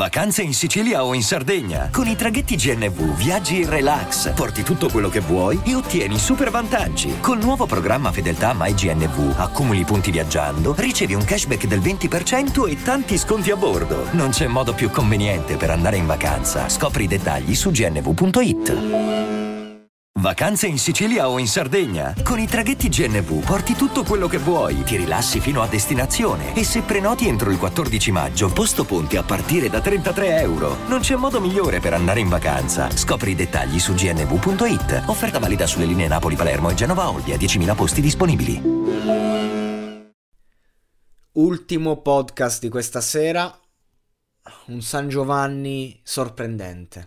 Vacanze in Sicilia o in Sardegna. Con i traghetti GNV viaggi in relax, porti tutto quello che vuoi e ottieni super vantaggi. Col nuovo programma Fedeltà MyGNV accumuli punti viaggiando, ricevi un cashback del 20% e tanti sconti a bordo. Non c'è modo più conveniente per andare in vacanza. Scopri i dettagli su gnv.it. Vacanze in Sicilia o in Sardegna. Con i traghetti GNV porti tutto quello che vuoi, ti rilassi fino a destinazione e se prenoti entro il 14 maggio, posto ponti a partire da €33. Non c'è modo migliore per andare in vacanza. Scopri i dettagli su gnv.it. Offerta valida sulle linee Napoli-Palermo e Genova-Olbia, 10.000 posti disponibili. Ultimo podcast di questa sera, un San Giovanni sorprendente.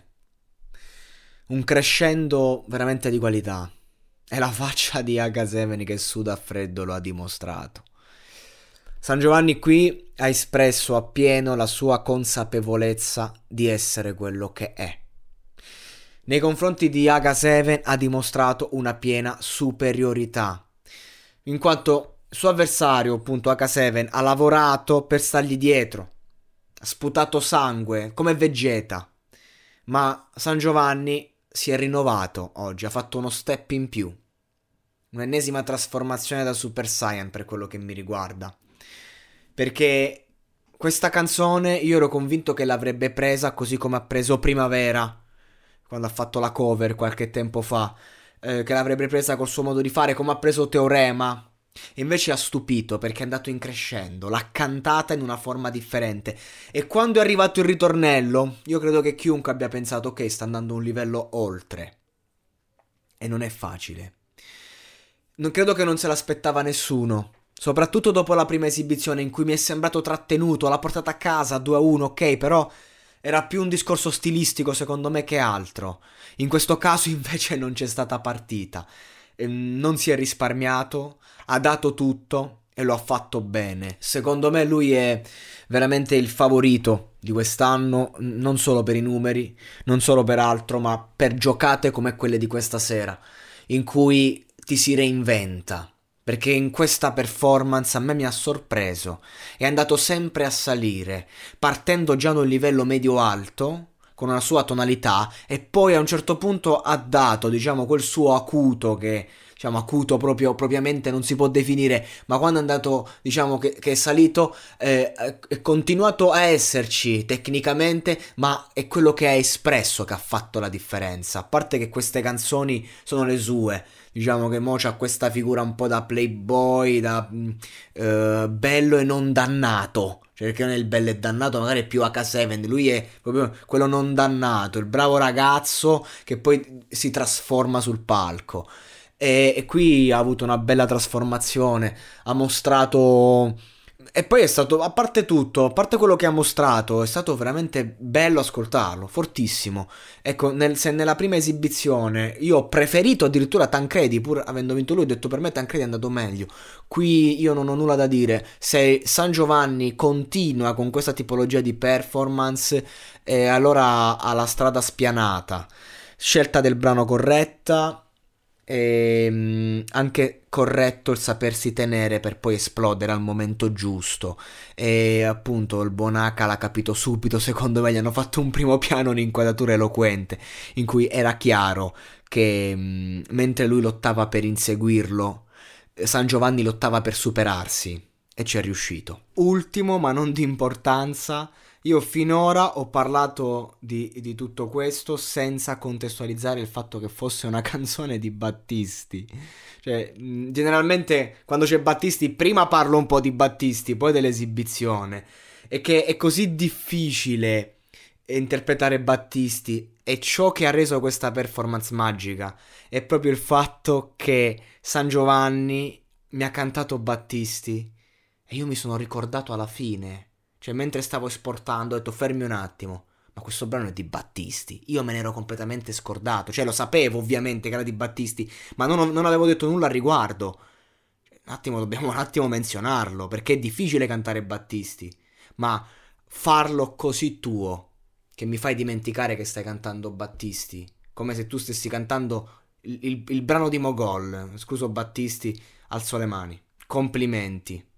Un crescendo veramente di qualità. E la faccia di H7 che suda a freddo lo ha dimostrato. San Giovanni qui ha espresso appieno la sua consapevolezza di essere quello che è. Nei confronti di H7 ha dimostrato una piena superiorità, in quanto il suo avversario, appunto H7, ha lavorato per stargli dietro, ha sputato sangue come Vegeta, ma San Giovanni si è rinnovato oggi, ha fatto uno step in più, un'ennesima trasformazione da Super Saiyan per quello che mi riguarda, perché questa canzone io ero convinto che l'avrebbe presa così come ha preso Primavera quando ha fatto la cover qualche tempo fa, che l'avrebbe presa col suo modo di fare, come ha preso Teorema. Invece ha stupito perché è andato in crescendo, l'ha cantata in una forma differente e quando è arrivato il ritornello io credo che chiunque abbia pensato ok, sta andando un livello oltre, e non è facile. Non credo che non se l'aspettava nessuno, soprattutto dopo la prima esibizione in cui mi è sembrato trattenuto, l'ha portata a casa 2-1, ok, però era più un discorso stilistico secondo me che altro. In questo caso invece non c'è stata partita, non si è risparmiato, ha dato tutto e lo ha fatto bene. Secondo me lui è veramente il favorito di quest'anno, non solo per i numeri, non solo per altro, ma per giocate come quelle di questa sera, in cui ti si reinventa. Perché in questa performance a me mi ha sorpreso, è andato sempre a salire, partendo già da un livello medio-alto, con una sua tonalità, e poi a un certo punto ha dato, diciamo, quel suo acuto che, diciamo, acuto proprio propriamente non si può definire, ma quando è andato, diciamo, che è salito, è continuato a esserci tecnicamente, ma è quello che ha espresso che ha fatto la differenza. A parte che queste canzoni sono le sue, diciamo che mo c'ha questa figura un po' da playboy, da bello e non dannato. Cioè, perché non è il bello e dannato, magari è più H7, lui è proprio quello non dannato, il bravo ragazzo che poi si trasforma sul palco. E qui ha avuto una bella trasformazione, ha mostrato. E poi è stato, a parte tutto, a parte quello che ha mostrato, è stato veramente bello ascoltarlo, fortissimo. Ecco, se nella prima esibizione io ho preferito addirittura Tancredi, pur avendo vinto lui, ho detto per me Tancredi è andato meglio. Qui io non ho nulla da dire. Se San Giovanni continua con questa tipologia di performance, allora ha la strada spianata. Scelta del brano corretta. E anche corretto il sapersi tenere per poi esplodere al momento giusto, e appunto il buon H l'ha capito subito. Secondo me gli hanno fatto un primo piano, un'inquadratura eloquente in cui era chiaro che mentre lui lottava per inseguirlo, San Giovanni lottava per superarsi e ci è riuscito. Ultimo ma non di importanza, io finora ho parlato di tutto questo senza contestualizzare il fatto che fosse una canzone di Battisti. Cioè, generalmente quando c'è Battisti prima parlo un po' di Battisti, poi dell'esibizione. E che è così difficile interpretare Battisti, e ciò che ha reso questa performance magica è proprio il fatto che San Giovanni mi ha cantato Battisti e io mi sono ricordato alla fine. Cioè, mentre stavo esportando, ho detto fermi un attimo, ma questo brano è di Battisti. Io me ne ero completamente scordato. Cioè, lo sapevo ovviamente che era di Battisti, ma non avevo detto nulla al riguardo. Un attimo, dobbiamo un attimo menzionarlo, perché è difficile cantare Battisti, ma farlo così tuo, che mi fai dimenticare che stai cantando Battisti, come se tu stessi cantando il brano di Mogol. Scuso Battisti, alzo le mani. Complimenti.